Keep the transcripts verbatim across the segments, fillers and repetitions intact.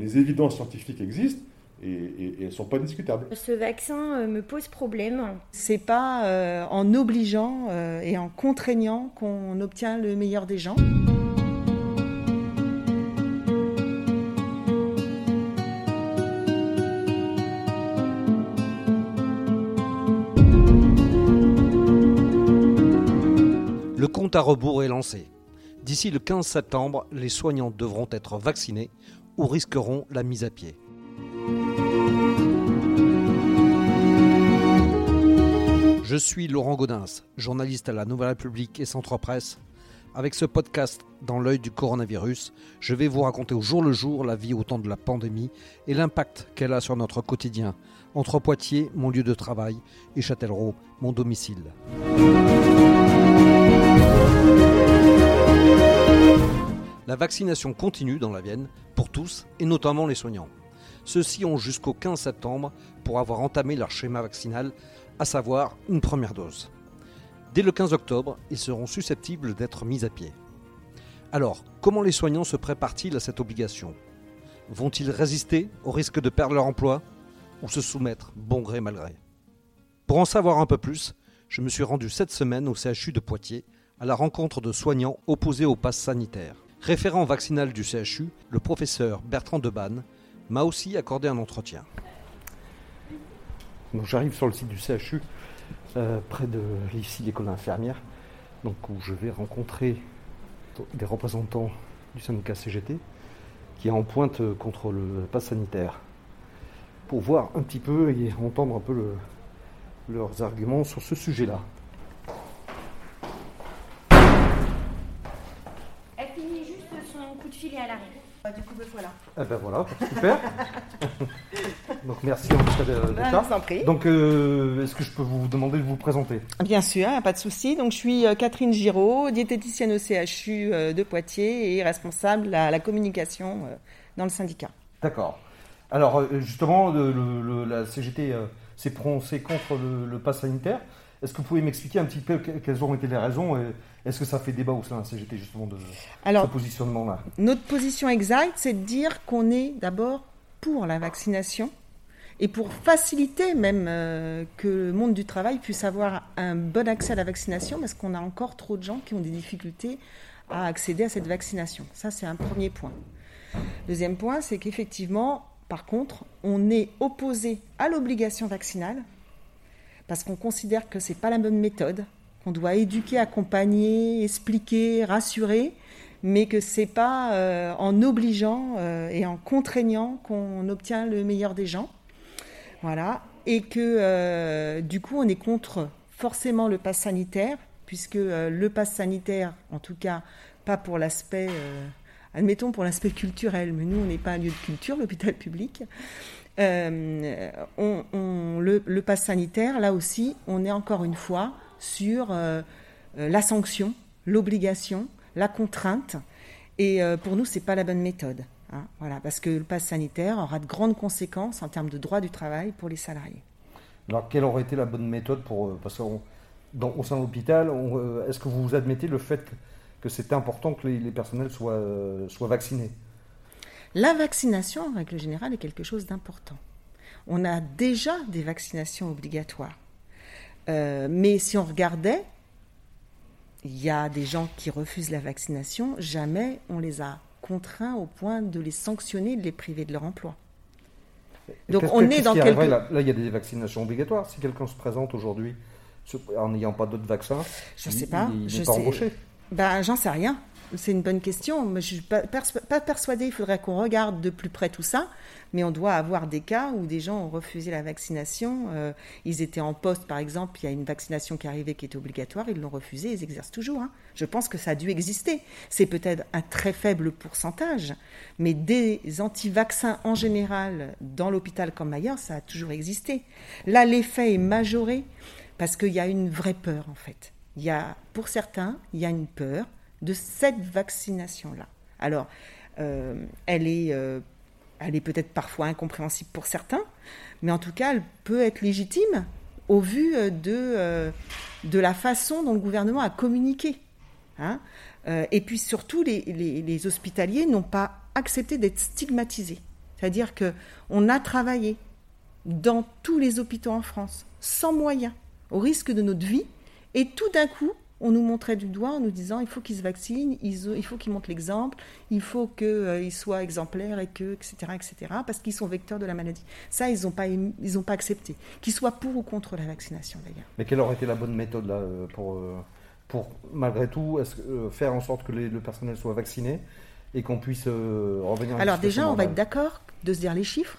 les évidences scientifiques existent et, et, et elles ne sont pas discutables. Ce vaccin euh, me pose problème. C'est pas euh, en obligeant euh, et en contraignant qu'on obtient le meilleur des gens. Le compte à rebours est lancé. D'ici le quinze septembre, les soignants devront être vaccinés ou risqueront la mise à pied. Je suis Laurent Gaudens, journaliste à la Nouvelle République et Centre Presse. Avec ce podcast dans l'œil du coronavirus, je vais vous raconter au jour le jour la vie au temps de la pandémie et l'impact qu'elle a sur notre quotidien, entre Poitiers, mon lieu de travail, et Châtellerault, mon domicile. La vaccination continue dans la Vienne, pour tous, et notamment les soignants. Ceux-ci ont jusqu'au quinze septembre pour avoir entamé leur schéma vaccinal, à savoir une première dose. Dès le quinze octobre, ils seront susceptibles d'être mis à pied. Alors, comment les soignants se préparent-ils à cette obligation ? Vont-ils résister au risque de perdre leur emploi ou se soumettre bon gré mal gré ? Pour en savoir un peu plus, je me suis rendu cette semaine au C H U de Poitiers à la rencontre de soignants opposés au pass sanitaire. Référent vaccinal du C H U, le professeur Bertrand Debanne m'a aussi accordé un entretien. Donc j'arrive sur le site du C H U, euh, près de ici l'école infirmière, donc où je vais rencontrer des représentants du syndicat C G T qui est en pointe contre le pass sanitaire, pour voir un petit peu et entendre un peu le, leurs arguments sur ce sujet-là. Elle finit juste son coup de fil et elle arrive. Du coup, ben voilà. Eh ben voilà, super. Donc merci en tout cas de, de Ah, ça. je vous en prie. Donc euh, est-ce que je peux vous demander de vous présenter ? Bien sûr, pas de souci. Donc je suis euh, Catherine Giraud, diététicienne au C H U euh, de Poitiers et responsable à la communication euh, dans le syndicat. D'accord. Alors euh, justement, le, le, le- la C G T euh, s'est prononcée contre le, le pass sanitaire. Est-ce que vous pouvez m'expliquer un petit peu que- quelles ont été les raisons et est-ce que ça fait débat au sein de la C G T justement de Alors, ce positionnement-là ? notre position exacte, c'est de dire qu'on est d'abord pour la vaccination et pour faciliter même euh, que le monde du travail puisse avoir un bon accès à la vaccination, parce qu'on a encore trop de gens qui ont des difficultés à accéder à cette vaccination. Ça, c'est un premier point. Deuxième point, c'est qu'effectivement, par contre, on est opposé à l'obligation vaccinale parce qu'on considère que ce n'est pas la bonne méthode, qu'on doit éduquer, accompagner, expliquer, rassurer, mais que ce n'est pas euh, en obligeant euh, et en contraignant qu'on obtient le meilleur des gens. Voilà. Et que euh, du coup, on est contre forcément le pass sanitaire, puisque euh, le pass sanitaire, en tout cas, pas pour l'aspect, euh, admettons pour l'aspect culturel, mais nous, on n'est pas un lieu de culture, l'hôpital public. Euh, on, on, le, le pass sanitaire, là aussi, on est encore une fois sur euh, euh, la sanction, l'obligation, la contrainte. Et euh, pour nous, ce n'est pas la bonne méthode. Hein, voilà, parce que le pass sanitaire aura de grandes conséquences en termes de droit du travail pour les salariés. Alors quelle aurait été la bonne méthode pour euh, parce qu'au sein de l'hôpital, on, euh, est-ce que vous admettez le fait que, que c'est important que les, les personnels soient, euh, soient vaccinés ? La vaccination, en règle générale, est quelque chose d'important. On a déjà des vaccinations obligatoires. Euh, mais si on regardait, il y a des gens qui refusent la vaccination, jamais on les a contraints au point de les sanctionner, de les priver de leur emploi. Donc Qu'est-ce- on qu'est-ce est dans qui quelque... arriverait là, là, il y a des vaccinations obligatoires. Si quelqu'un se présente aujourd'hui ce- en n'ayant pas d'autres vaccins, Je il, sais pas. il, il je n'est pas sais... embauché. Ben, j'en sais rien. C'est une bonne question. Mais je ne suis pas, perso- pas persuadée. Il faudrait qu'on regarde de plus près tout ça. Mais on doit avoir des cas où des gens ont refusé la vaccination. Euh, ils étaient en poste, par exemple. Il y a une vaccination qui arrivait qui était obligatoire. Ils l'ont refusée. Ils exercent toujours. Hein. Je pense que ça a dû exister. C'est peut-être un très faible pourcentage. Mais des anti-vaccins en général, dans l'hôpital comme ailleurs, ça a toujours existé. Là, l'effet est majoré parce qu'il y a une vraie peur, en fait. Il y a, pour certains, il y a une peur de cette vaccination-là. Alors, euh, elle est, euh, elle est peut-être parfois incompréhensible pour certains, mais en tout cas, elle peut être légitime au vu de, euh, de la façon dont le gouvernement a communiqué. Hein. Euh, et puis surtout, les, les, les hospitaliers n'ont pas accepté d'être stigmatisés. C'est-à-dire qu'on a travaillé dans tous les hôpitaux en France, sans moyens, au risque de notre vie, et tout d'un coup, on nous montrait du doigt en nous disant il faut qu'ils se vaccinent, il faut qu'ils montrent l'exemple, il faut qu'ils euh, soient exemplaires et que, et cetera, et cetera, parce qu'ils sont vecteurs de la maladie. Ça, ils n'ont pas, ils ont pas accepté. Qu'ils soient pour ou contre la vaccination, d'ailleurs. Mais quelle aurait été la bonne méthode là pour, pour malgré tout, est-ce, euh, faire en sorte que les, le personnel soit vacciné et qu'on puisse euh, revenir à une Alors déjà, on normale. va être d'accord de se dire les chiffres.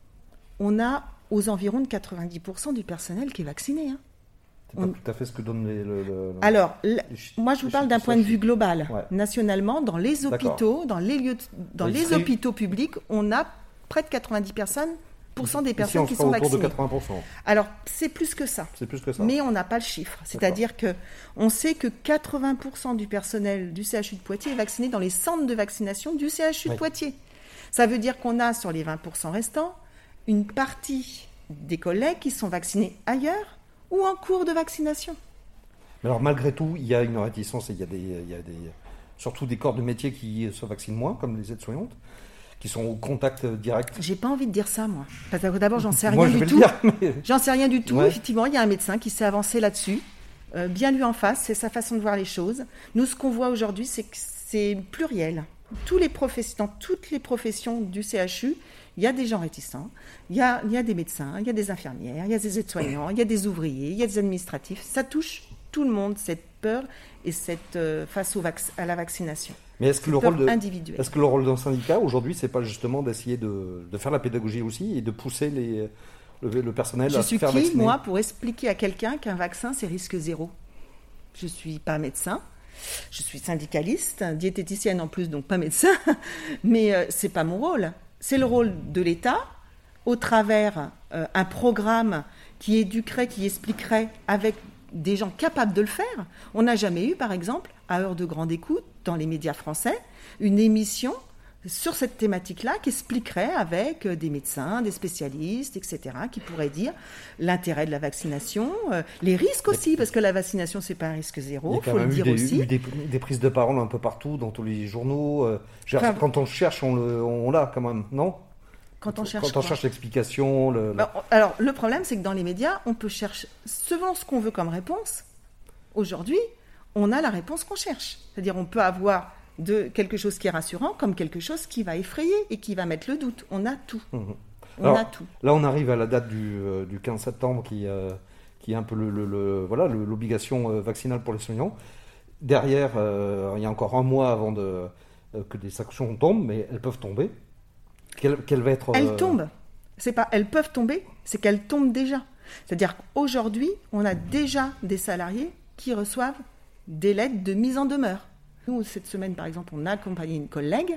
On a aux environs de quatre-vingt-dix pour cent du personnel qui est vacciné. Hein. C'est pas on... tout à fait ce que donne les... Le, le, Alors, les, moi je vous parle d'un point de vue global. Ouais. Nationalement, dans les hôpitaux, dans les lieux, de, dans les serait... hôpitaux publics, on a près de quatre-vingt-dix pour cent des personnes Ici, qui sont vaccinées. De quatre-vingts pour cent. Alors, c'est plus que ça. C'est plus que ça. Mais on n'a pas le chiffre. C'est-à-dire que on sait que quatre-vingts pour cent du personnel du C H U de Poitiers est vacciné dans les centres de vaccination du C H U de ouais. Poitiers. Ça veut dire qu'on a sur les vingt pour cent restants une partie des collègues qui sont vaccinés ailleurs ou en cours de vaccination. Mais alors malgré tout, il y a une réticence et il y a, des, il y a des, surtout des corps de métier qui se vaccinent moins, comme les aides-soignantes, qui sont au contact direct. J'ai pas envie de dire ça, moi. Parce que d'abord, j'en sais rien moi, je du vais tout. Le dire, mais... J'en sais rien du tout. Ouais. Effectivement, il y a un médecin qui s'est avancé là-dessus. Euh, bien lui en face, c'est sa façon de voir les choses. Nous, ce qu'on voit aujourd'hui, c'est que c'est pluriel. Tous les professions, dans toutes les professions du C H U, il y a des gens réticents, il y a, il y a des médecins, il y a des infirmières, il y a des aides-soignants, il y a des ouvriers, il y a des administratifs. Ça touche tout le monde, cette peur et cette euh, face au vac- à la vaccination. Mais est-ce que, le rôle de, individuelle. est-ce que le rôle d'un syndicat aujourd'hui, c'est pas justement d'essayer de, de faire la pédagogie aussi et de pousser les, le, le personnel Je à se faire qui, vacciner ? Je suis qui, moi, pour expliquer à quelqu'un qu'un vaccin, c'est risque zéro ? Je ne suis pas médecin. Je suis syndicaliste, diététicienne en plus, donc pas médecin, mais euh, ce n'est pas mon rôle. C'est le rôle de l'État, au travers euh, un programme qui éduquerait, qui expliquerait avec des gens capables de le faire. On n'a jamais eu, par exemple, à Heure de Grande Écoute, dans les médias français, une émission sur cette thématique-là qui expliquerait avec des médecins, des spécialistes, et cetera, qui pourraient dire l'intérêt de la vaccination, euh, les risques aussi, parce que la vaccination, c'est pas un risque zéro, il faut le dire des, aussi. Il y a eu des, des prises de parole un peu partout, dans tous les journaux. Euh, enfin, quand on cherche, on, le, on l'a quand même, non ? Quand on cherche, quand on cherche l'explication. Le, le... Ben, alors, le problème, c'est que dans les médias, on peut chercher, selon ce qu'on veut comme réponse, aujourd'hui, on a la réponse qu'on cherche. C'est-à-dire, on peut avoir de quelque chose qui est rassurant comme quelque chose qui va effrayer et qui va mettre le doute. On a tout. Mmh. On Alors, a tout. Là, on arrive à la date du, euh, du quinze septembre qui, euh, qui est un peu le, le, le, voilà, le, l'obligation euh, vaccinale pour les soignants. Derrière, euh, il y a encore un mois avant de, euh, que des sanctions tombent, mais elles peuvent tomber. Quelle, quelle va être, euh... Elles tombent. C'est pas elles peuvent tomber, c'est qu'elles tombent déjà. C'est-à-dire qu'aujourd'hui, on a déjà des salariés qui reçoivent des lettres de mise en demeure. Nous, cette semaine, par exemple, on a accompagné une collègue.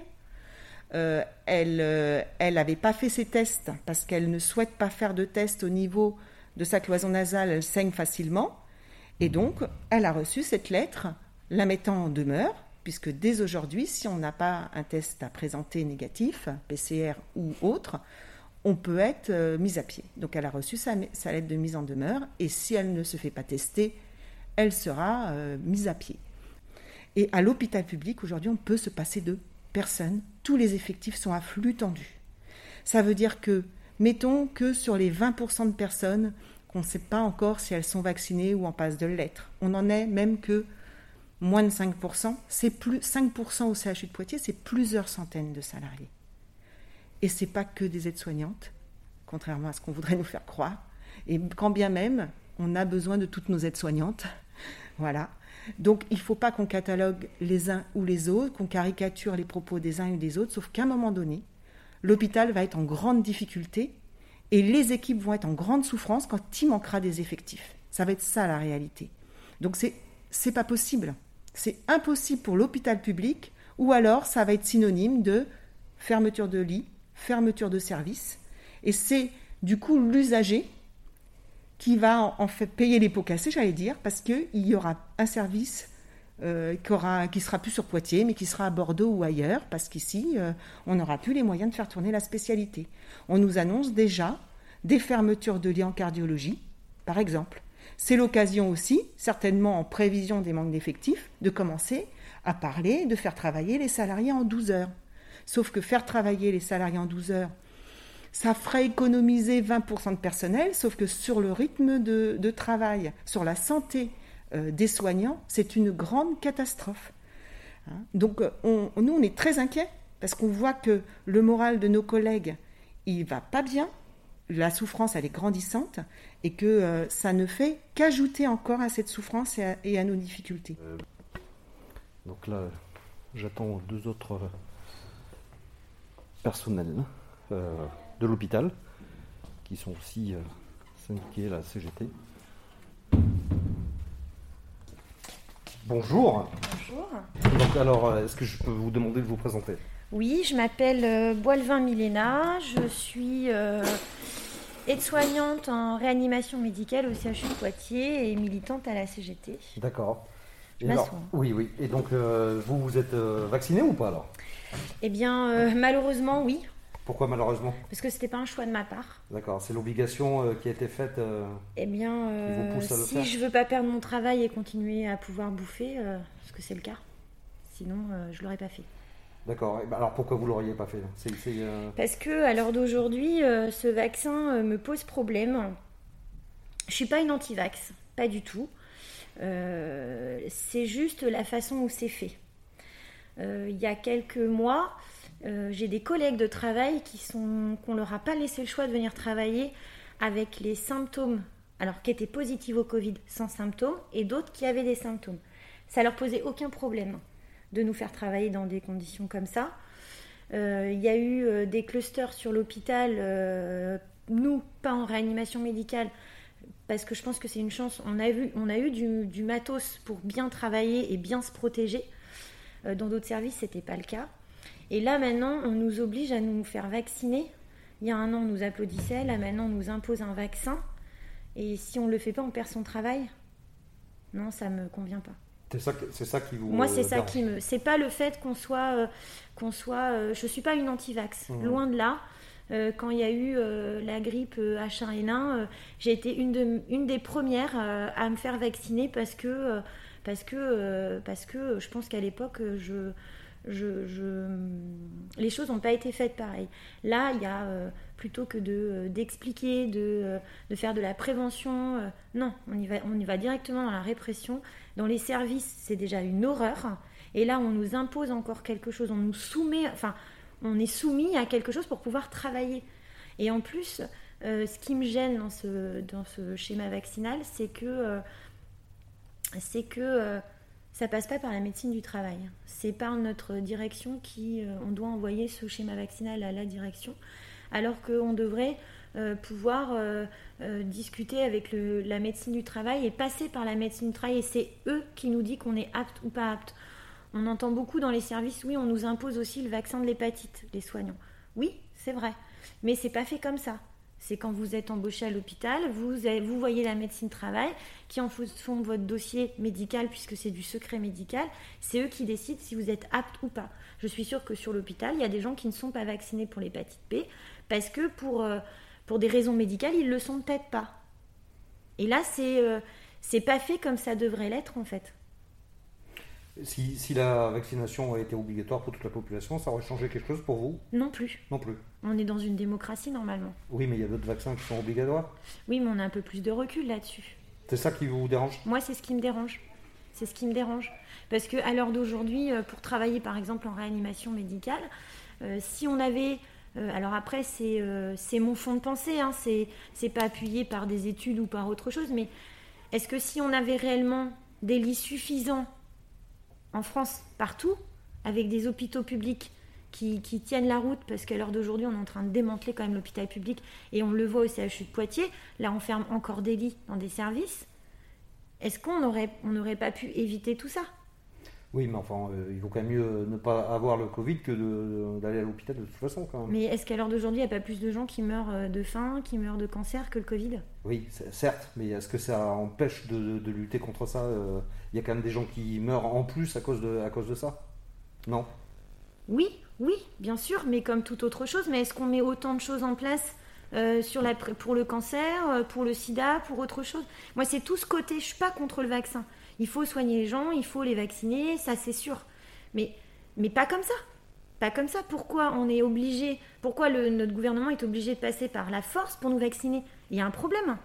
Euh, elle euh, elle n'avait pas fait ses tests parce qu'elle ne souhaite pas faire de tests au niveau de sa cloison nasale. Elle saigne facilement. Et donc, elle a reçu cette lettre, la mettant en demeure, puisque dès aujourd'hui, si on n'a pas un test à présenter négatif, P C R ou autre, on peut être euh, mis à pied. Donc, elle a reçu sa, sa lettre de mise en demeure. Et si elle ne se fait pas tester, elle sera euh, mise à pied. Et à l'hôpital public, aujourd'hui, on peut se passer de personne. Tous les effectifs sont à flux tendu. Ça veut dire que, mettons que sur les vingt pour cent de personnes, qu'on ne sait pas encore si elles sont vaccinées ou en passe de l'être, on n'en est même que moins de cinq pour cent. C'est plus, cinq pour cent au C H U de Poitiers, c'est plusieurs centaines de salariés. Et ce n'est pas que des aides-soignantes, contrairement à ce qu'on voudrait nous faire croire. Et quand bien même, on a besoin de toutes nos aides-soignantes. Voilà. Donc, il ne faut pas qu'on catalogue les uns ou les autres, qu'on caricature les propos des uns ou des autres, sauf qu'à un moment donné, l'hôpital va être en grande difficulté et les équipes vont être en grande souffrance quand il manquera des effectifs. Ça va être ça, la réalité. Donc, c'est, c'est pas possible. C'est impossible pour l'hôpital public, ou alors ça va être synonyme de fermeture de lits, fermeture de services. Et c'est, du coup, l'usager qui va en fait payer les pots cassés, j'allais dire, parce qu'il y aura un service euh, qui, aura, qui sera plus sur Poitiers, mais qui sera à Bordeaux ou ailleurs, parce qu'ici, euh, on n'aura plus les moyens de faire tourner la spécialité. On nous annonce déjà des fermetures de lits en cardiologie, par exemple. C'est l'occasion aussi, certainement en prévision des manques d'effectifs, de commencer à parler, de faire travailler les salariés en douze heures. Sauf que faire travailler les salariés en douze heures Ça ferait économiser vingt pour cent de personnel, sauf que sur le rythme de, de travail, sur la santé euh, des soignants, c'est une grande catastrophe. Hein. Donc on, nous, on est très inquiets parce qu'on voit que le moral de nos collègues, il va pas bien, la souffrance, elle est grandissante et que euh, ça ne fait qu'ajouter encore à cette souffrance et à, et à nos difficultés. Euh, donc là, j'attends deux autres personnels euh, de l'hôpital qui sont aussi euh, syndiqués à la C G T. Bonjour. Bonjour. Donc alors, est-ce que je peux vous demander de vous présenter ? Oui, je m'appelle euh, Boilevin Milena, je suis euh, aide-soignante en réanimation médicale au C H U de Poitiers et militante à la C G T. D'accord. Je Et alors, m'assois. oui, oui. Et donc, euh, vous, vous êtes euh, vacciné ou pas alors ? Eh bien, euh, malheureusement, oui, Pourquoi malheureusement ? parce que c'était pas un choix de ma part. D'accord, c'est l'obligation euh, qui a été faite. euh, Eh bien, Qui vous euh, pousse à le si faire. je veux pas perdre mon travail et continuer à pouvoir bouffer, euh, parce que c'est le cas, sinon euh, je l'aurais pas fait. D'accord. Et ben alors pourquoi vous l'auriez pas fait là ? C'est, c'est, euh, Parce que à l'heure d'aujourd'hui, euh, ce vaccin euh, me pose problème. Je suis pas une anti-vax, pas du tout. Euh, c'est juste la façon où c'est fait. Euh, il y a quelques mois, euh, j'ai des collègues de travail qui sont, qu'on leur a pas laissé le choix de venir travailler avec les symptômes, alors qui étaient positifs au Covid sans symptômes, et d'autres qui avaient des symptômes. Ça leur posait aucun problème de nous faire travailler dans des conditions comme ça. Euh, il y a eu euh, des clusters sur l'hôpital, euh, nous, pas en réanimation médicale, parce que je pense que c'est une chance. On a, vu, on a eu du, du matos pour bien travailler et bien se protéger. Euh, dans d'autres services, ce n'était pas le cas. Et là, maintenant, on nous oblige à nous faire vacciner. Il y a un an, on nous applaudissait. Là, maintenant, on nous impose un vaccin. Et si on ne le fait pas, on perd son travail. Non, ça ne me convient pas. c'est, ça, que- c'est ça qui vous. Moi, c'est euh, ça dérange. qui me. C'est pas le fait qu'on soit, euh, qu'on soit. euh, je suis pas une anti-vax, Mhm. loin de là. Euh, quand il y a eu euh, la grippe euh, H un N un, euh, j'ai été une, de, une des premières euh, à me faire vacciner parce que euh, parce que euh, parce que je pense qu'à l'époque euh, je Je, je... les choses n'ont pas été faites pareil. Là, il y a euh, plutôt que de, d'expliquer, de, de faire de la prévention, euh, non, on y, va, on y va directement dans la répression. Dans les services, c'est déjà une horreur. Et là, on nous impose encore quelque chose, on nous soumet, enfin, on est soumis à quelque chose pour pouvoir travailler. Et en plus, euh, ce qui me gêne dans ce, dans ce schéma vaccinal, c'est que, euh, c'est que euh, ça passe pas par la médecine du travail. C'est par notre direction qui, euh, on doit envoyer ce schéma vaccinal à la direction, alors qu'on devrait euh, pouvoir euh, euh, discuter avec le, la médecine du travail et passer par la médecine du travail. Et c'est eux qui nous disent qu'on est apte ou pas apte. On entend beaucoup dans les services, oui, on nous impose aussi le vaccin de l'hépatite, les soignants. Oui, c'est vrai, mais c'est pas fait comme ça. C'est quand vous êtes embauché à l'hôpital, vous, avez, vous voyez la médecine du travail, qui en font votre dossier médical, puisque c'est du secret médical, c'est eux qui décident si vous êtes apte ou pas. Je suis sûre que sur l'hôpital, il y a des gens qui ne sont pas vaccinés pour l'hépatite B, parce que pour, euh, pour des raisons médicales, ils ne le sont peut-être pas. Et là, c'est, euh, c'est pas fait comme ça devrait l'être, en fait. Si, si la vaccination a été obligatoire pour toute la population, ça aurait changé quelque chose pour vous ? Non plus. Non plus. On est dans une démocratie, normalement. Oui, mais il y a d'autres vaccins qui sont obligatoires. Oui, mais on a un peu plus de recul là-dessus. C'est ça qui vous dérange ? Moi, c'est ce qui me dérange. C'est ce qui me dérange. Parce qu'à l'heure d'aujourd'hui, pour travailler par exemple en réanimation médicale, euh, si on avait... Euh, alors après, c'est, euh, c'est mon fond de pensée, hein, c'est, c'est pas appuyé par des études ou par autre chose, mais est-ce que si on avait réellement des lits suffisants en France, partout, avec des hôpitaux publics qui, qui tiennent la route, parce qu'à l'heure d'aujourd'hui, on est en train de démanteler quand même l'hôpital public, et on le voit au C H U de Poitiers, là on ferme encore des lits dans des services, est-ce qu'on n'aurait on n'aurait pas pu éviter tout ça ? Oui, mais enfin, euh, il vaut quand même mieux ne pas avoir le Covid que de, d'aller à l'hôpital de toute façon, quand même. Mais est-ce qu'à l'heure d'aujourd'hui, il n'y a pas plus de gens qui meurent de faim, qui meurent de cancer que le Covid ? Oui, certes, mais est-ce que ça empêche de, de, de lutter contre ça ? Il y a quand même des gens qui meurent en plus à cause de, à cause de ça ? Non ? Oui, oui, bien sûr, mais comme toute autre chose. Mais est-ce qu'on met autant de choses en place euh, sur la, pour le cancer, pour le sida, pour autre chose ? Moi, c'est tout ce côté, je ne suis pas contre le vaccin. Il faut soigner les gens, il faut les vacciner, ça c'est sûr. Mais, mais pas comme ça. pas comme ça. Pourquoi on est obligé, pourquoi le, notre gouvernement est obligé de passer par la force pour nous vacciner? Il y a un problème.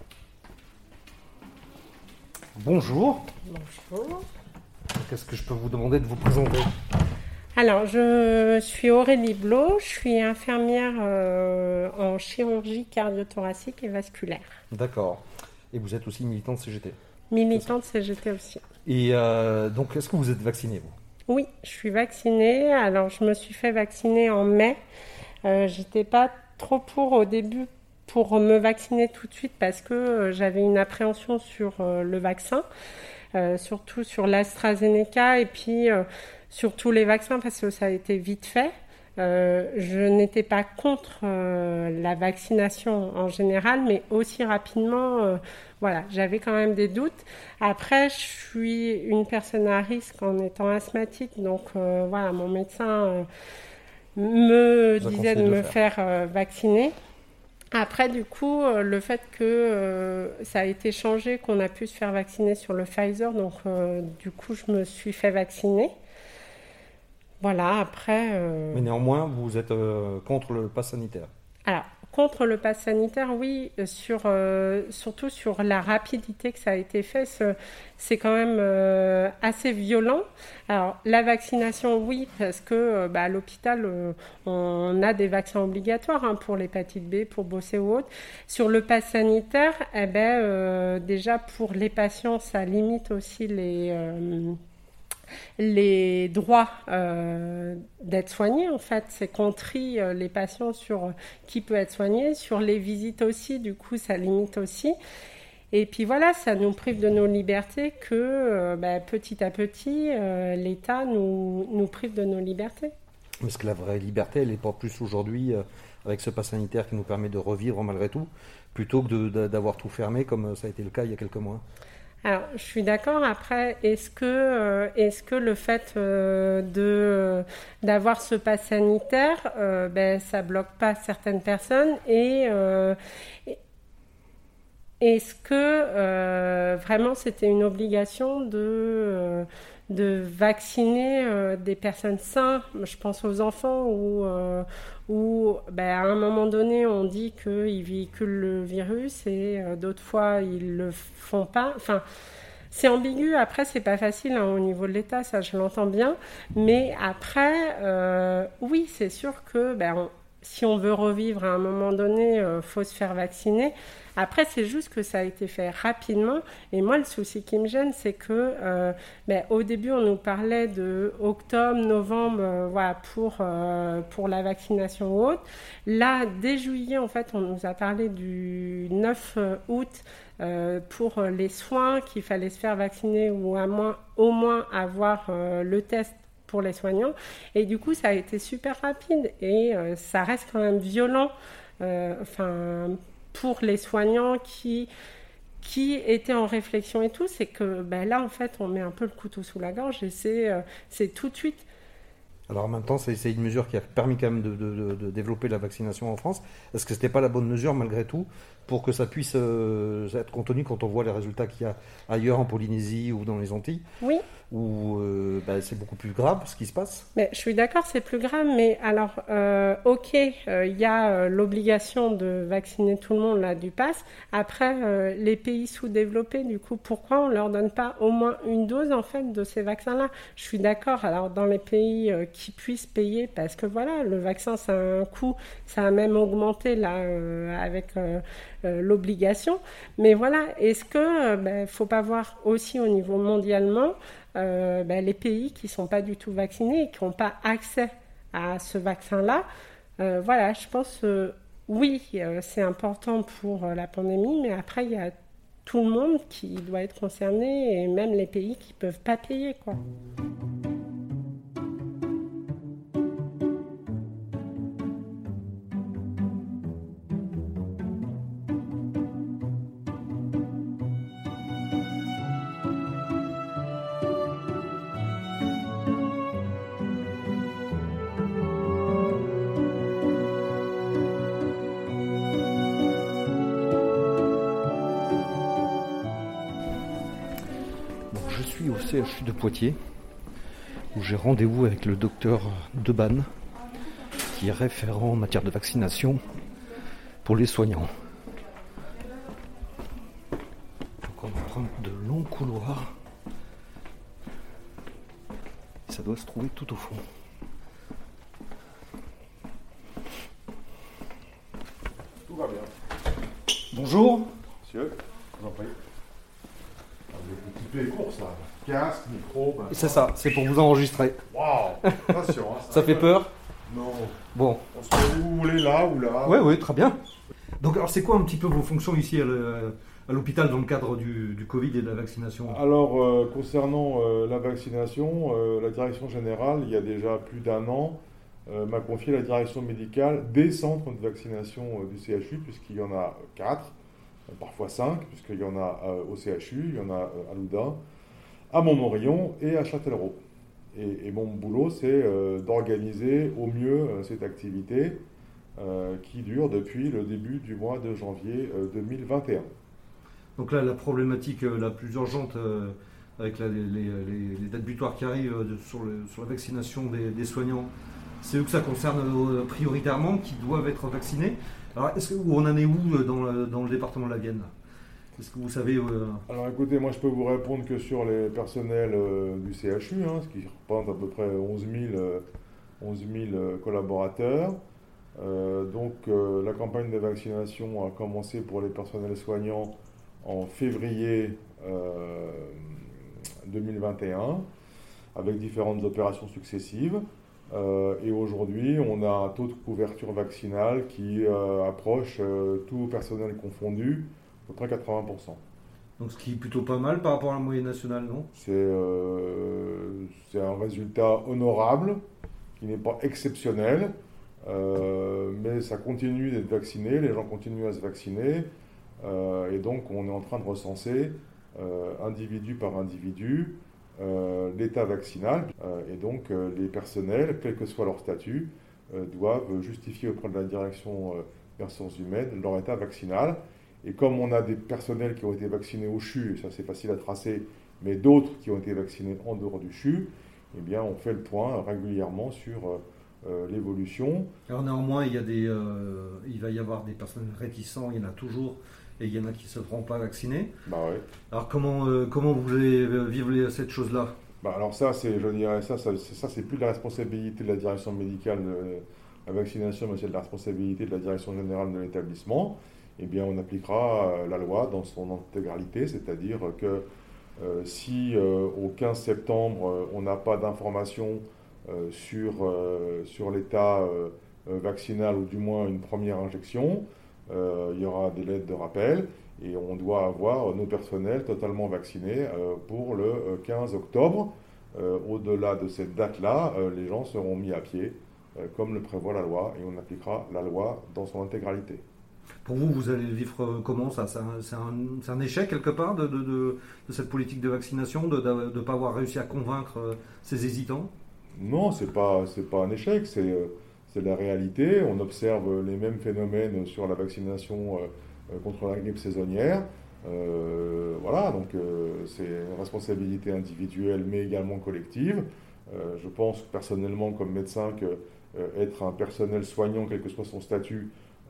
Bonjour. Bonjour. Qu'est-ce que je peux vous demander de vous présenter? Alors, je suis Aurélie Blot, je suis infirmière euh, en chirurgie cardio-thoracique et vasculaire. D'accord. Et vous êtes aussi militante C G T? Militante C G T aussi. Et euh, donc, est-ce que vous êtes vaccinée, vous? Oui, je suis vaccinée. Alors, je me suis fait vacciner en mai. Euh, j'étais pas trop pour au début pour me vacciner tout de suite parce que euh, j'avais une appréhension sur euh, le vaccin, euh, surtout sur l'AstraZeneca et puis euh, sur tous les vaccins parce que ça a été vite fait. Euh, je n'étais pas contre euh, la vaccination en général, mais aussi rapidement, euh, voilà, j'avais quand même des doutes. Après, je suis une personne à risque en étant asthmatique, donc euh, voilà, mon médecin euh, me Vous disait de de me faire. faire euh, vacciner. Après, du coup, euh, le fait que euh, ça a été changé, qu'on a pu se faire vacciner sur le Pfizer, donc euh, du coup, je me suis fait vacciner. Voilà, après... Euh... Mais néanmoins, vous êtes euh, contre le pass sanitaire? Alors, contre le pass sanitaire, oui, sur, euh, surtout sur la rapidité que ça a été fait, ce, c'est quand même euh, assez violent. Alors, la vaccination, oui, parce que euh, bah, à l'hôpital, euh, on a des vaccins obligatoires hein, pour l'hépatite B, pour bosser ou autre. Sur le pass sanitaire, eh ben, euh, déjà pour les patients, ça limite aussi les... Euh, les droits euh, d'être soignés, en fait, c'est qu'on trie euh, les patients sur euh, qui peut être soigné, sur les visites aussi, du coup, ça limite aussi. Et puis voilà, ça nous prive de nos libertés que euh, bah, petit à petit, euh, l'État nous, nous prive de nos libertés. Parce que la vraie liberté, elle n'est pas plus aujourd'hui euh, avec ce pass sanitaire qui nous permet de revivre malgré tout, plutôt que de, de, d'avoir tout fermé comme ça a été le cas il y a quelques mois. Alors, je suis d'accord. Après, est-ce que, euh, est-ce que le fait euh, de, d'avoir ce pass sanitaire, euh, ben, ça bloque pas certaines personnes et euh, est-ce que euh, vraiment c'était une obligation de, euh, de vacciner euh, des personnes saines? Je pense aux enfants où, euh, où ben, à un moment donné on dit qu'ils véhiculent le virus et euh, d'autres fois ils le font pas. Enfin, c'est ambigu. Après, c'est pas facile hein, au niveau de l'État, ça je l'entends bien. Mais après, euh, oui, c'est sûr que ben, on, si on veut revivre à un moment donné, il euh, faut se faire vacciner. Après, c'est juste que ça a été fait rapidement. Et moi, le souci qui me gêne, c'est que euh, ben, au début, on nous parlait de octobre, novembre, euh, voilà, pour, euh, pour la vaccination ou autre. Là, dès juillet, en fait, on nous a parlé du neuf août euh, pour les soins, qu'il fallait se faire vacciner ou à moins, au moins avoir euh, le test pour les soignants. Et du coup, ça a été super rapide et euh, ça reste quand même violent. Euh, enfin... pour les soignants qui, qui étaient en réflexion et tout, c'est que ben là, en fait, on met un peu le couteau sous la gorge et c'est, euh, c'est tout de suite. Alors en même temps, c'est, c'est une mesure qui a permis quand même de, de, de développer la vaccination en France. Est-ce que ce n'était pas la bonne mesure, malgré tout, pour que ça puisse euh, être contenu quand on voit les résultats qu'il y a ailleurs en Polynésie ou dans les Antilles? Oui. Où euh, bah, c'est beaucoup plus grave ce qui se passe. Mais je suis d'accord, c'est plus grave, mais alors, euh, ok, il euh, y a euh, l'obligation de vacciner tout le monde là du pass. Après, euh, les pays sous-développés, du coup, pourquoi on leur donne pas au moins une dose en fait de ces vaccins-là? Je suis d'accord. Alors dans les pays euh, qui puissent payer, parce que voilà, le vaccin ça a un coût, ça a même augmenté là euh, avec euh, euh, l'obligation. Mais voilà, est-ce que euh, ben, faut pas voir aussi au niveau mondialement? Euh, ben, les pays qui ne sont pas du tout vaccinés et qui n'ont pas accès à ce vaccin-là, euh, voilà, je pense, euh, oui, euh, c'est important pour euh, la pandémie, mais après, il y a tout le monde qui doit être concerné et même les pays qui ne peuvent pas payer, quoi. Au C H U de Poitiers où j'ai rendez-vous avec le docteur Debanne, qui est référent en matière de vaccination pour les soignants. Donc on emprunte de longs couloirs. Et ça doit se trouver tout au fond. Tout va bien. Bonjour. Monsieur, je vous en prie. Vous avez les courses là. Casque, micro. Ben, C'est ça, c'est pour vous enregistrer. Waouh, attention. Hein, Ça fait peur? Non. Bon. On se met où vous voulez, là ou là? Oui, oui, très bien. Donc, alors, c'est quoi un petit peu vos fonctions ici à, le, à l'hôpital dans le cadre du, du Covid et de la vaccination? Alors, euh, concernant euh, la vaccination, euh, la direction générale, il y a déjà plus d'un an, euh, m'a confié la direction médicale des centres de vaccination euh, du C H U, puisqu'il y en a quatre, euh, parfois cinq, puisqu'il y en a euh, au C H U, il y en a euh, à Loudun, à Montmorillon et à Châtellerault. Et, et mon boulot, c'est euh, d'organiser au mieux euh, cette activité euh, qui dure depuis le début du mois de janvier euh, deux mille vingt et un. Donc là, la problématique euh, la plus urgente euh, avec la, les, les, les dates butoirs qui arrivent euh, sur, le, sur la vaccination des, des soignants, c'est eux que ça concerne euh, prioritairement, qui doivent être vaccinés. Alors, est-ce que, où on en est où euh, dans le, dans le département de la Vienne? Est-ce que vous savez euh... Alors écoutez, moi je peux vous répondre que sur les personnels euh, du C H U, hein, ce qui représente à peu près onze mille euh, collaborateurs. Euh, donc euh, la campagne de vaccination a commencé pour les personnels soignants en février euh, deux mille vingt et un, avec différentes opérations successives. Euh, et aujourd'hui, on a un taux de couverture vaccinale qui euh, approche euh, tout personnel confondu, à peu près quatre-vingts pour cent. Donc ce qui est plutôt pas mal par rapport à la moyenne nationale, non? C'est euh, c'est un résultat honorable, qui n'est pas exceptionnel, euh, mais ça continue d'être vacciné, les gens continuent à se vacciner, euh, et donc on est en train de recenser euh, individu par individu euh, l'état vaccinal, euh, et donc euh, les personnels, quel que soit leur statut, euh, doivent justifier auprès de la direction euh, des ressources humaines leur état vaccinal. Et comme on a des personnels qui ont été vaccinés au C H U, et ça c'est facile à tracer, mais d'autres qui ont été vaccinés en dehors du C H U, eh bien on fait le point régulièrement sur euh, l'évolution. Alors néanmoins, il, y a des, euh, il va y avoir des personnels réticents, il y en a toujours, et il y en a qui ne se feront pas vacciner. Bah ouais. Alors comment, euh, comment vous voulez vivre cette chose-là? Bah alors ça, c'est, je dirais, ça, ça, c'est, ça, c'est plus de la responsabilité de la direction médicale de la vaccination, mais c'est de la responsabilité de la direction générale de l'établissement. Eh bien, on appliquera la loi dans son intégralité, c'est-à-dire que euh, si euh, au quinze septembre, euh, on n'a pas d'informations euh, sur, euh, sur l'état euh, vaccinal, ou du moins une première injection, euh, il y aura des lettres de rappel, et on doit avoir nos personnels totalement vaccinés euh, pour le quinze octobre. Euh, au-delà de cette date-là, euh, les gens seront mis à pied, euh, comme le prévoit la loi, et on appliquera la loi dans son intégralité. Pour vous, vous allez vivre comment ça? C'est un, c'est un, c'est un échec quelque part de, de, de, de cette politique de vaccination, de ne pas avoir réussi à convaincre euh, ces hésitants? Non, ce n'est pas, c'est pas un échec, c'est, euh, c'est la réalité. On observe les mêmes phénomènes sur la vaccination euh, contre la grippe saisonnière. Euh, voilà, donc euh, c'est une responsabilité individuelle mais également collective. Euh, je pense personnellement comme médecin que euh, être un personnel soignant, quel que soit son statut,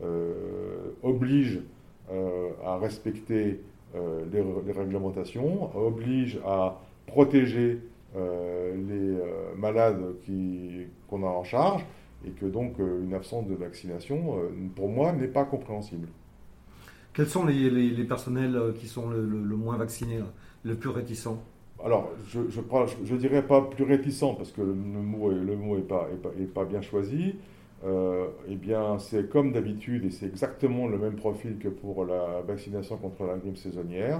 Euh, oblige euh, à respecter euh, les, les réglementations, oblige à protéger euh, les euh, malades qui, qu'on a en charge, et que donc euh, une absence de vaccination, euh, pour moi, n'est pas compréhensible. Quels sont les, les, les personnels qui sont le, le, le moins vaccinés, là, le plus réticents? Alors, je ne je, je, je dirais pas plus réticent, parce que le, le mot n'est le mot est pas, est pas, est pas bien choisi. Euh, eh bien, c'est comme d'habitude, et c'est exactement le même profil que pour la vaccination contre la grippe saisonnière.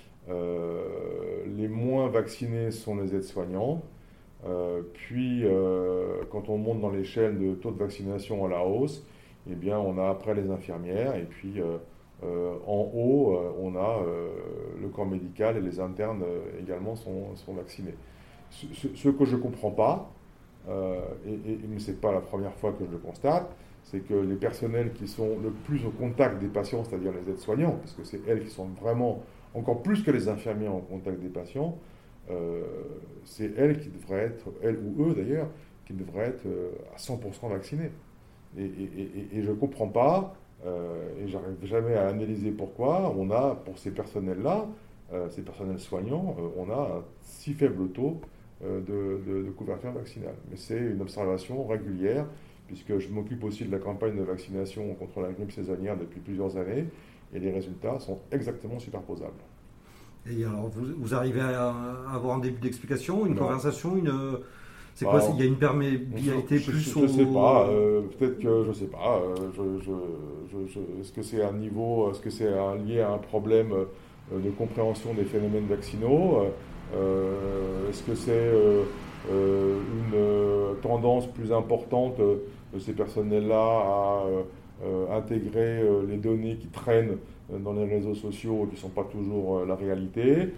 Euh, les moins vaccinés sont les aides-soignants. Euh, puis, euh, quand on monte dans l'échelle de taux de vaccination à la hausse, eh bien, on a après les infirmières, et puis euh, euh, en haut, euh, on a euh, le corps médical, et les internes euh, également sont, sont vaccinés. Ce, ce, ce que je ne comprends pas, Euh, et, et, mais ce n'est pas la première fois que je le constate, c'est que les personnels qui sont le plus au contact des patients, c'est-à-dire les aides-soignants, parce que c'est elles qui sont vraiment, encore plus que les infirmiers, en contact des patients, euh, c'est elles qui devraient être, elles ou eux d'ailleurs, qui devraient être euh, à cent pour cent vaccinés. Et, et, et, et je ne comprends pas, euh, et j'arrive jamais à analyser pourquoi, on a, pour ces personnels-là, euh, ces personnels soignants, euh, on a un si faible taux euh, de, de, de couverture vaccinale. Mais c'est une observation régulière, puisque je m'occupe aussi de la campagne de vaccination contre la grippe saisonnière depuis plusieurs années, et les résultats sont exactement superposables. Et alors, vous, vous arrivez à avoir un début d'explication, une non. conversation, une... C'est quoi, bah, il y a une perméabilité je, plus je, au... Je ne sais pas, euh, peut-être que, je ne sais pas, euh, je, je, je, je, est-ce que c'est un niveau, est-ce que c'est un, lié à un problème euh, de compréhension des phénomènes vaccinaux, euh, est-ce que c'est euh, euh, une euh, tendance plus importante de ces personnels-là à euh, intégrer euh, les données qui traînent dans les réseaux sociaux et qui ne sont pas toujours euh, la réalité?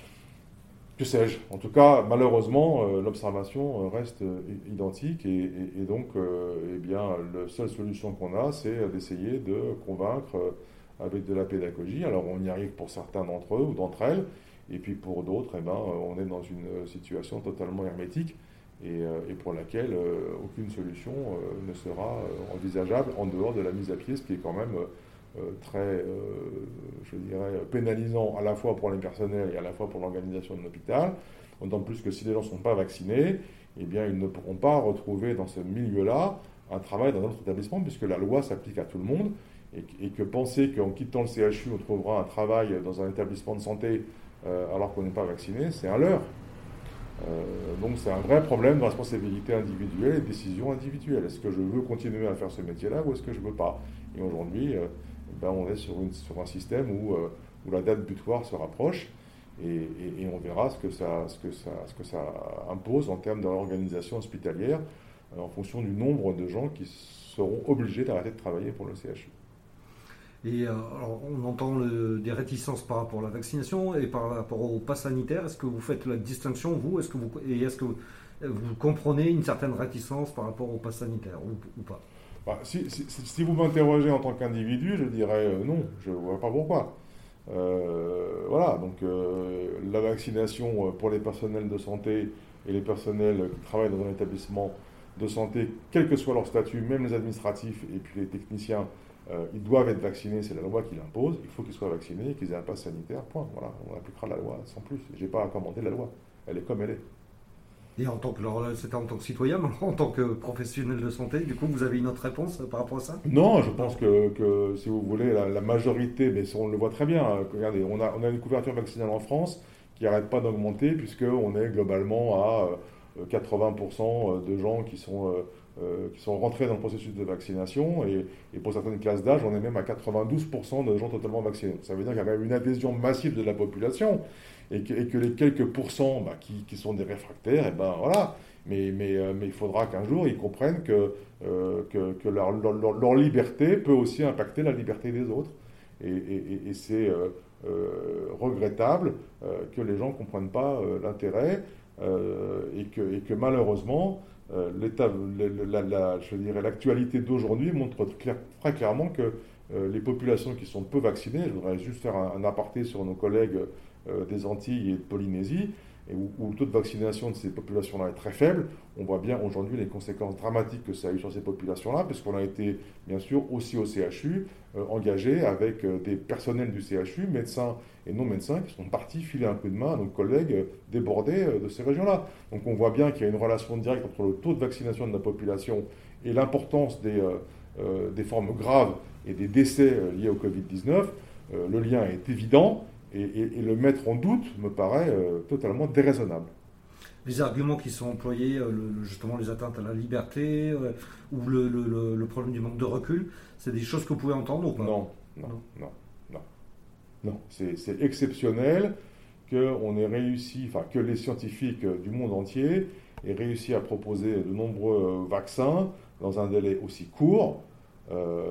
Que sais-je. En tout cas, malheureusement, euh, l'observation reste euh, identique et, et, et donc, euh, eh bien, la seule solution qu'on a, c'est d'essayer de convaincre euh, avec de la pédagogie. Alors, on y arrive pour certains d'entre eux ou d'entre elles, et puis pour d'autres, eh ben, on est dans une situation totalement hermétique et, euh, et pour laquelle euh, aucune solution euh, ne sera euh, envisageable en dehors de la mise à pied, ce qui est quand même euh, Euh, très, euh, je dirais, pénalisant à la fois pour les personnels et à la fois pour l'organisation de l'hôpital, d'autant plus que si les gens ne sont pas vaccinés, eh bien, ils ne pourront pas retrouver dans ce milieu-là un travail dans notre établissement, puisque la loi s'applique à tout le monde, et, et que penser qu'en quittant le C H U, on trouvera un travail dans un établissement de santé euh, alors qu'on n'est pas vacciné, c'est un leurre. Euh, donc c'est un vrai problème de responsabilité individuelle et de décision individuelle. Est-ce que je veux continuer à faire ce métier-là ou est-ce que je ne veux pas? Et aujourd'hui, euh, ben on est sur, une, sur un système où, euh, où la date butoir se rapproche et, et, et on verra ce que, ça, ce, que ça, ce que ça impose en termes de l'organisation hospitalière euh, en fonction du nombre de gens qui seront obligés d'arrêter de travailler pour le C H U. Et euh, alors, on entend le, des réticences par rapport à la vaccination et par rapport au pass sanitaire. Est-ce que vous faites la distinction, vous, est-ce que vous, et est-ce que vous, vous comprenez une certaine réticence par rapport au pass sanitaire ou, ou pas? Bah, si, si, si vous m'interrogez en tant qu'individu, je dirais euh, non, je ne vois pas pourquoi. Euh, voilà, donc euh, la vaccination pour les personnels de santé et les personnels qui travaillent dans un établissement de santé, quel que soit leur statut, même les administratifs et puis les techniciens, euh, ils doivent être vaccinés, c'est la loi qui l'impose, il faut qu'ils soient vaccinés et qu'ils aient un pass sanitaire, point. Voilà, on appliquera la loi sans plus. Je n'ai pas à commenter la loi, elle est comme elle est. Et en tant que, c'était en tant que citoyen, mais en tant que professionnel de santé, du coup, vous avez une autre réponse par rapport à ça? Non, je pense que, que si vous voulez, la, la majorité, mais on le voit très bien, hein, regardez, on a, on a une couverture vaccinale en France qui n'arrête pas d'augmenter, puisqu'on est globalement à euh, quatre-vingts pour cent de gens qui sont, euh, euh, qui sont rentrés dans le processus de vaccination, et, et pour certaines classes d'âge, on est même à quatre-vingt-douze pour cent de gens totalement vaccinés. Ça veut dire qu'il y a quand même une adhésion massive de la population, et que, et que les quelques pourcents bah, qui, qui sont des réfractaires, et ben voilà. Mais, mais, euh, mais il faudra qu'un jour ils comprennent que, euh, que, que leur, leur, leur liberté peut aussi impacter la liberté des autres. Et, et, et c'est euh, euh, regrettable euh, que les gens ne comprennent pas euh, l'intérêt euh, et, que, et que malheureusement, euh, l'état, la, la, je dirais, l'actualité d'aujourd'hui montre clair, très clairement que euh, les populations qui sont peu vaccinées, je voudrais juste faire un, un aparté sur nos collègues euh, des Antilles et de Polynésie, et où, où le taux de vaccination de ces populations-là est très faible. On voit bien aujourd'hui les conséquences dramatiques que ça a eu sur ces populations-là, puisqu'on a été, bien sûr, aussi au C H U, euh, engagé avec euh, des personnels du C H U, médecins et non-médecins, qui sont partis filer un coup de main à nos collègues euh, débordés euh, de ces régions-là. Donc on voit bien qu'il y a une relation directe entre le taux de vaccination de la population et l'importance des, euh, euh, des formes graves et des décès euh, liés au covid dix-neuf. Euh, le lien est évident. Et, et, et le mettre en doute me paraît euh, totalement déraisonnable. Les arguments qui sont employés, euh, le, justement les atteintes à la liberté, euh, ou le, le, le problème du manque de recul, c'est des choses que vous pouvez entendre ou pas? Non, non, non, non. Non, non. C'est, c'est exceptionnel qu'on ait réussi, enfin que les scientifiques du monde entier aient réussi à proposer de nombreux vaccins dans un délai aussi court. Euh,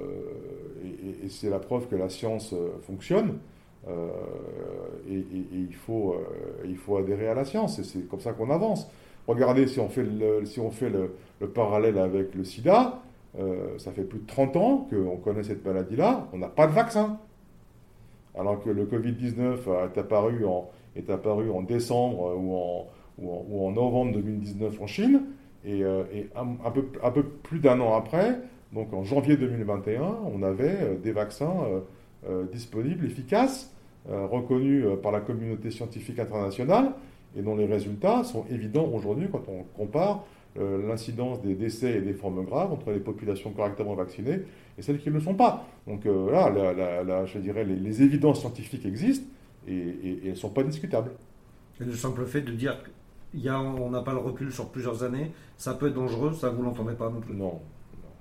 et, et c'est la preuve que la science fonctionne. Euh, et, et, et il, faut, euh, il faut adhérer à la science, et c'est comme ça qu'on avance. Regardez, si on fait le, si on fait le, le parallèle avec le sida, euh, ça fait plus de trente ans qu'on connaît cette maladie-là, on n'a pas de vaccin. Alors que le covid dix-neuf est apparu en, est apparu en décembre ou en, ou en, ou en novembre deux mille dix-neuf en Chine, et, euh, et un, un, peu, un peu plus d'un an après, donc en janvier deux mille vingt et un, on avait euh, des vaccins euh, euh, disponibles, efficaces, euh, reconnus euh, par la communauté scientifique internationale, et dont les résultats sont évidents aujourd'hui quand on compare euh, l'incidence des décès et des formes graves entre les populations correctement vaccinées et celles qui ne le sont pas. Donc euh, là, la, la, la, je dirais, les, les évidences scientifiques existent et, et, et elles ne sont pas discutables. Et le simple fait de dire qu'on n'a pas le recul sur plusieurs années, ça peut être dangereux, ça vous l'entendez pas non plus? Non. non.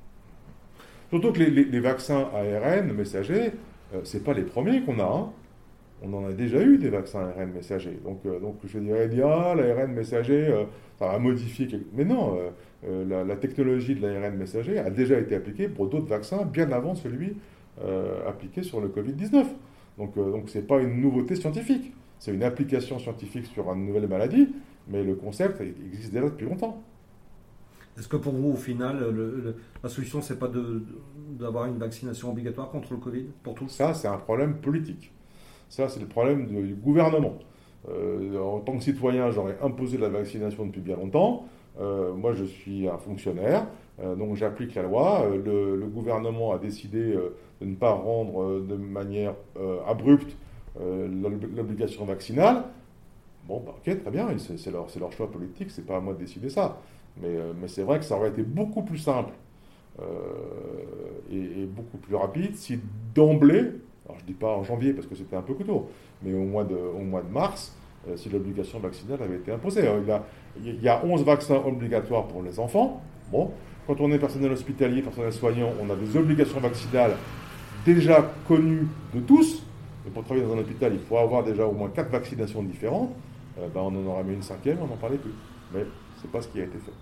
Surtout que les, les, les vaccins A R N messagers, euh, ce n'est pas les premiers qu'on a. Hein. On en a déjà eu des vaccins A R N messagers. Donc, euh, donc je dirais, ah, l'A R N messager, euh, ça va modifier. Quelque... Mais non, euh, euh, la, la technologie de l'A R N messager a déjà été appliquée pour d'autres vaccins bien avant celui euh, appliqué sur le covid dix-neuf. Donc, euh, donc ce n'est pas une nouveauté scientifique. C'est une application scientifique sur une nouvelle maladie, mais le concept existe déjà depuis longtemps. Est-ce que pour vous, au final, le, le, la solution, c'est pas de, d'avoir une vaccination obligatoire contre le Covid pour tous? Ça, c'est un problème politique. Ça, c'est le problème de, du gouvernement. Euh, en tant que citoyen, j'aurais imposé la vaccination depuis bien longtemps. Euh, moi, je suis un fonctionnaire, euh, donc j'applique la loi. Euh, le, le gouvernement a décidé euh, de ne pas rendre euh, de manière euh, abrupte euh, l'obligation vaccinale. Bon, bah, ok, très bien, c'est, c'est, leur, c'est leur choix politique, c'est pas à moi de décider ça. Mais, euh, mais c'est vrai que ça aurait été beaucoup plus simple euh, et, et beaucoup plus rapide si d'emblée, alors je ne dis pas en janvier parce que c'était un peu tôt, mais au mois de, au mois de mars, euh, si l'obligation vaccinale avait été imposée. Alors, il, y a, il y a onze vaccins obligatoires pour les enfants. Bon, quand on est personnel hospitalier, personnel soignant, on a des obligations vaccinales déjà connues de tous. Et pour travailler dans un hôpital, il faut avoir déjà au moins quatre vaccinations différentes. Euh, ben, on en aura mis une cinquième, on n'en parlait plus. Mais ce n'est pas ce qui a été fait.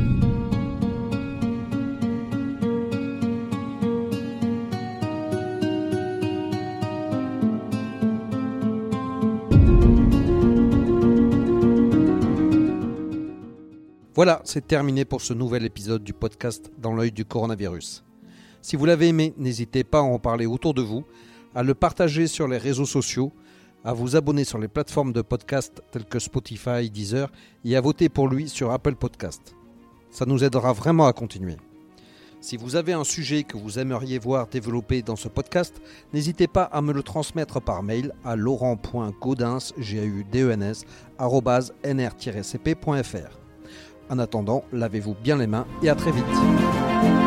Voilà, c'est terminé pour ce nouvel épisode du podcast Dans l'œil du coronavirus. Si vous l'avez aimé, n'hésitez pas à en parler autour de vous, à le partager sur les réseaux sociaux, à vous abonner sur les plateformes de podcast telles que Spotify, Deezer et à voter pour lui sur Apple Podcast. Ça nous aidera vraiment à continuer. Si vous avez un sujet que vous aimeriez voir développé dans ce podcast, n'hésitez pas à me le transmettre par mail à laurent point gaudens, G A U D E N S, arobase n r tiret c p point f r. En attendant, lavez-vous bien les mains et à très vite.